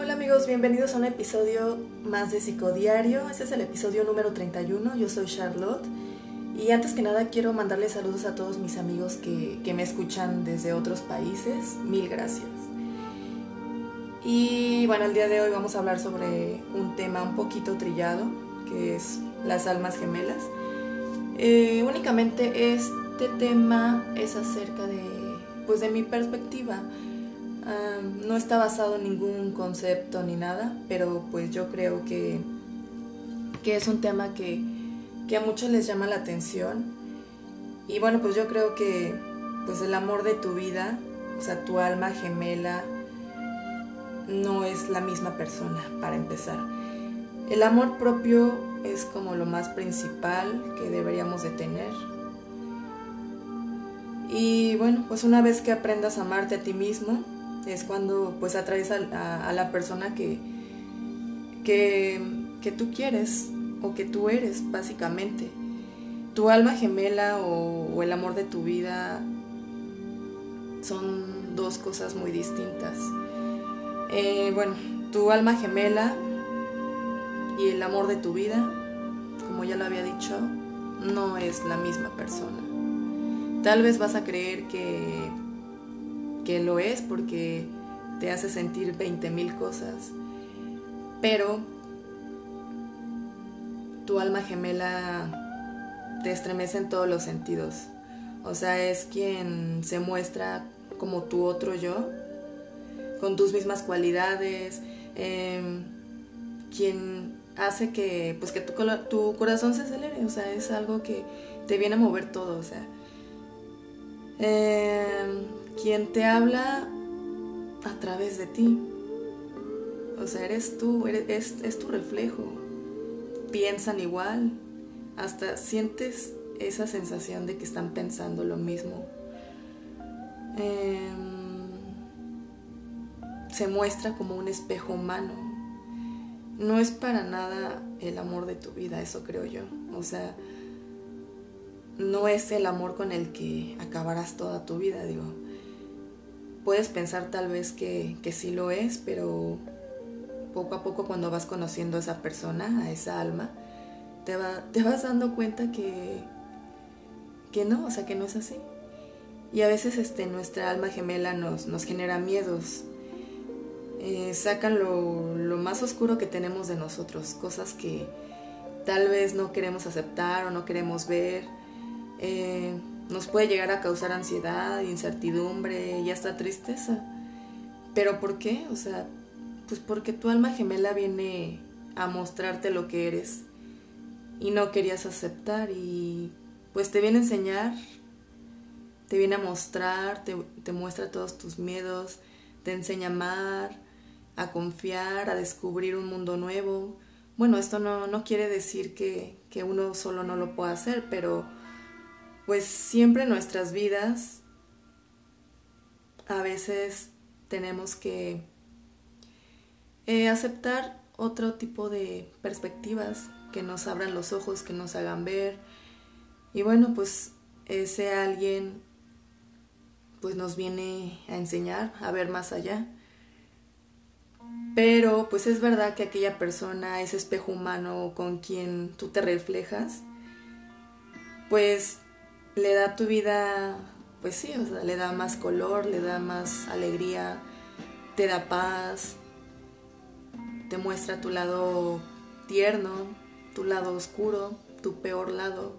Hola amigos, bienvenidos a un episodio más de Psicodiario. Este es el episodio número 31, yo soy Charlotte. Y antes que nada quiero mandarles saludos a todos mis amigos que me escuchan desde otros países. Mil gracias. Y bueno, el día de hoy vamos a hablar sobre un tema un poquito trillado, que es las almas gemelas. Únicamente este tema es acerca de mi perspectiva. No está basado en ningún concepto ni nada, pero pues yo creo que es un tema que a muchos les llama la atención. Y bueno, pues yo creo que pues el amor de tu vida, o sea, tu alma gemela, no es la misma persona, para empezar. El amor propio es como lo más principal que deberíamos de tener. Y bueno, pues una vez que aprendas a amarte a ti mismo, es cuando pues atraes a la persona que tú quieres o que tú eres, básicamente. Tu alma gemela o el amor de tu vida son dos cosas muy distintas. Bueno, tu alma gemela y el amor de tu vida, como ya lo había dicho, no es la misma persona. Tal vez vas a creer que lo es porque te hace sentir 20,000 cosas, pero tu alma gemela te estremece en todos los sentidos. O sea, es quien se muestra como tu otro yo, con tus mismas cualidades, quien hace que tu corazón se acelere. O sea, es algo que te viene a mover todo. O sea, quien te habla a través de ti. O sea, eres tú, es tu reflejo. Piensan igual, hasta sientes esa sensación de que están pensando lo mismo. Se muestra como un espejo humano. No es para nada el amor de tu vida, eso creo yo. O sea, no es el amor con el que acabarás toda tu vida, digo. Puedes pensar tal vez que sí lo es, pero poco a poco cuando vas conociendo a esa persona, a esa alma, te vas dando cuenta que no, o sea, que no es así. Y a veces nuestra alma gemela nos genera miedos. Sacan lo más oscuro que tenemos de nosotros, cosas que tal vez no queremos aceptar o no queremos ver. Nos puede llegar a causar ansiedad, incertidumbre y hasta tristeza. ¿Pero por qué? O sea, pues porque tu alma gemela viene a mostrarte lo que eres y no querías aceptar, y pues te viene a enseñar, te viene a mostrar, te muestra todos tus miedos, te enseña a amar, a confiar, a descubrir un mundo nuevo. Bueno, esto no quiere decir que uno solo no lo pueda hacer, pero pues siempre en nuestras vidas a veces tenemos que aceptar otro tipo de perspectivas que nos abran los ojos, que nos hagan ver. Y bueno, pues ese alguien pues nos viene a enseñar a ver más allá. Pero pues es verdad que aquella persona, ese espejo humano con quien tú te reflejas, pues le da a tu vida, pues sí, o sea, le da más color, le da más alegría, te da paz, te muestra tu lado tierno, tu lado oscuro, tu peor lado.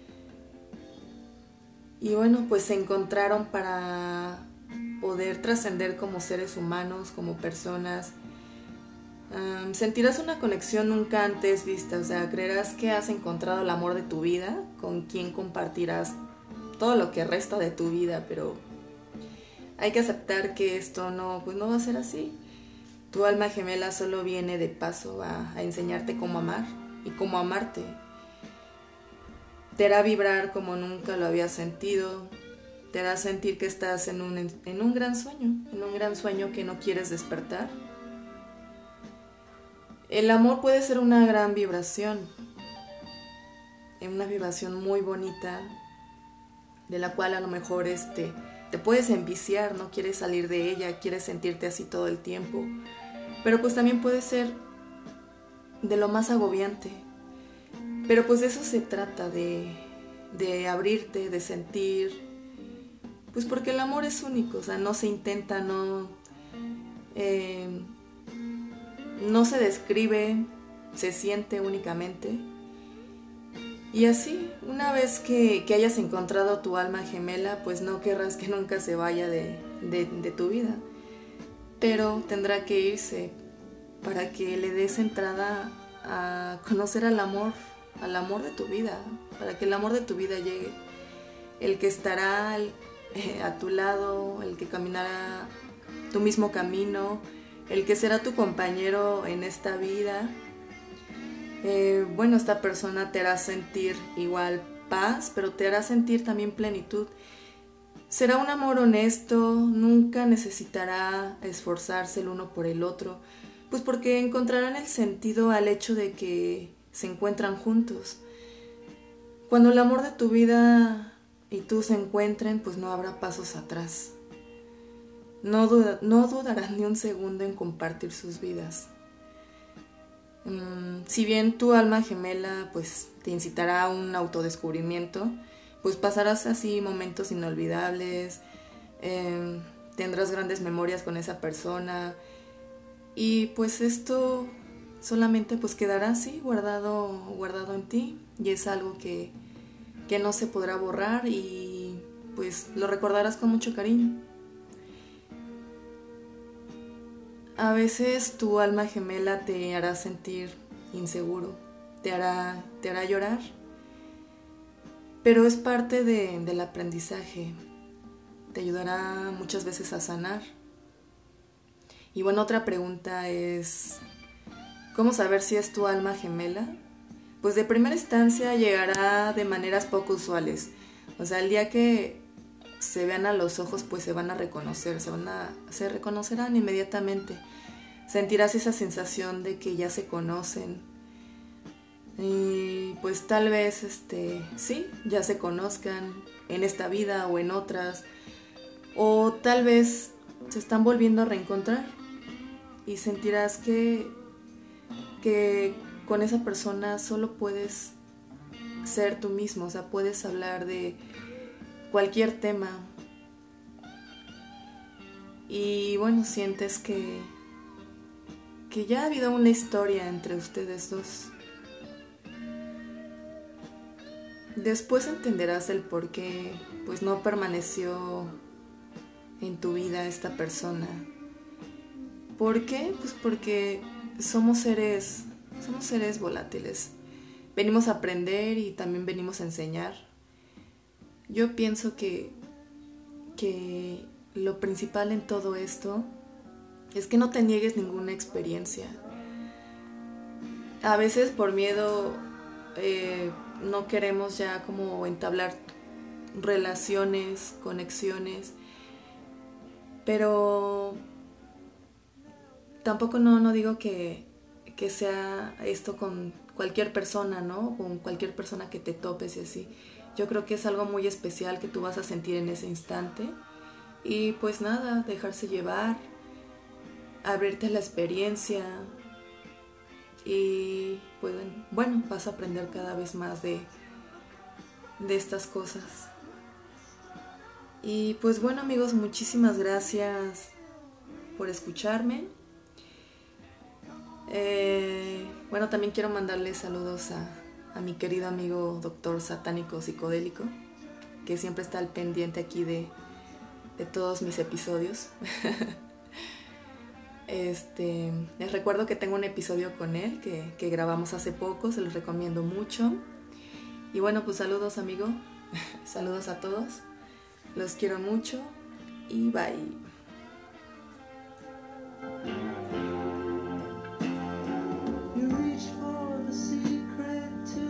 Y bueno, pues se encontraron para poder trascender como seres humanos, como personas. Sentirás una conexión nunca antes vista. O sea, creerás que has encontrado el amor de tu vida, con quien compartirás todo lo que resta de tu vida, pero hay que aceptar que esto no va a ser así. Tu alma gemela solo viene de paso a enseñarte cómo amar y cómo amarte. Te hará vibrar como nunca lo habías sentido. Te hará sentir que estás en un gran sueño que no quieres despertar. El amor puede ser una gran vibración, una vibración muy bonita, de la cual a lo mejor te puedes enviciar, no quieres salir de ella, quieres sentirte así todo el tiempo. pero pues también puede ser de lo más agobiante. Pero pues de eso se trata, de abrirte, de sentir, pues porque el amor es único, o sea, no se intenta, no se describe, se siente únicamente. Y así, una vez que hayas encontrado tu alma gemela, pues no querrás que nunca se vaya de tu vida, pero tendrá que irse para que le des entrada a conocer al amor de tu vida, para que el amor de tu vida llegue, el que estará a tu lado, el que caminará tu mismo camino, el que será tu compañero en esta vida. Bueno, esta persona te hará sentir igual paz, pero te hará sentir también plenitud. Será un amor honesto, nunca necesitará esforzarse el uno por el otro, pues porque encontrarán el sentido al hecho de que se encuentran juntos. Cuando el amor de tu vida y tú se encuentren, pues no habrá pasos atrás. No dudarán ni un segundo en compartir sus vidas. Si bien tu alma gemela pues te incitará a un autodescubrimiento, pues pasarás así momentos inolvidables, tendrás grandes memorias con esa persona y pues esto solamente pues quedará así guardado en ti y es algo que no se podrá borrar y pues lo recordarás con mucho cariño. A veces tu alma gemela te hará sentir inseguro, te hará llorar, pero es parte del aprendizaje, te ayudará muchas veces a sanar. Y bueno, otra pregunta es, ¿cómo saber si es tu alma gemela? Pues de primera instancia llegará de maneras poco usuales, o sea, el día que se vean a los ojos pues se van a reconocer, se reconocerán inmediatamente. Sentirás esa sensación de que ya se conocen y pues tal vez sí, ya se conozcan en esta vida o en otras, o tal vez se están volviendo a reencontrar y sentirás que con esa persona solo puedes ser tú mismo, o sea, puedes hablar de cualquier tema y bueno, sientes que ya ha habido una historia entre ustedes dos. Después entenderás el por qué pues no permaneció en tu vida esta persona. ¿Por qué? Pues porque somos seres volátiles. Venimos a aprender y también venimos a enseñar. Yo pienso que lo principal en todo esto es que no te niegues ninguna experiencia. A veces por miedo no queremos ya como entablar relaciones, conexiones, pero tampoco no digo que sea esto con cualquier persona, ¿no? Con cualquier persona que te topes y así. Yo creo que es algo muy especial que tú vas a sentir en ese instante y pues nada, dejarse llevar, abrirte a la experiencia y pues bueno, vas a aprender cada vez más de estas cosas. Y pues bueno amigos, muchísimas gracias por escucharme. Bueno, también quiero mandarles saludos a mi querido amigo doctor satánico psicodélico, que siempre está al pendiente aquí de todos mis episodios. Les recuerdo que tengo un episodio con él que grabamos hace poco, se los recomiendo mucho. Y bueno, pues saludos amigo, saludos a todos, los quiero mucho y bye.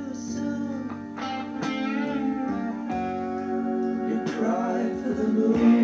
For the moon.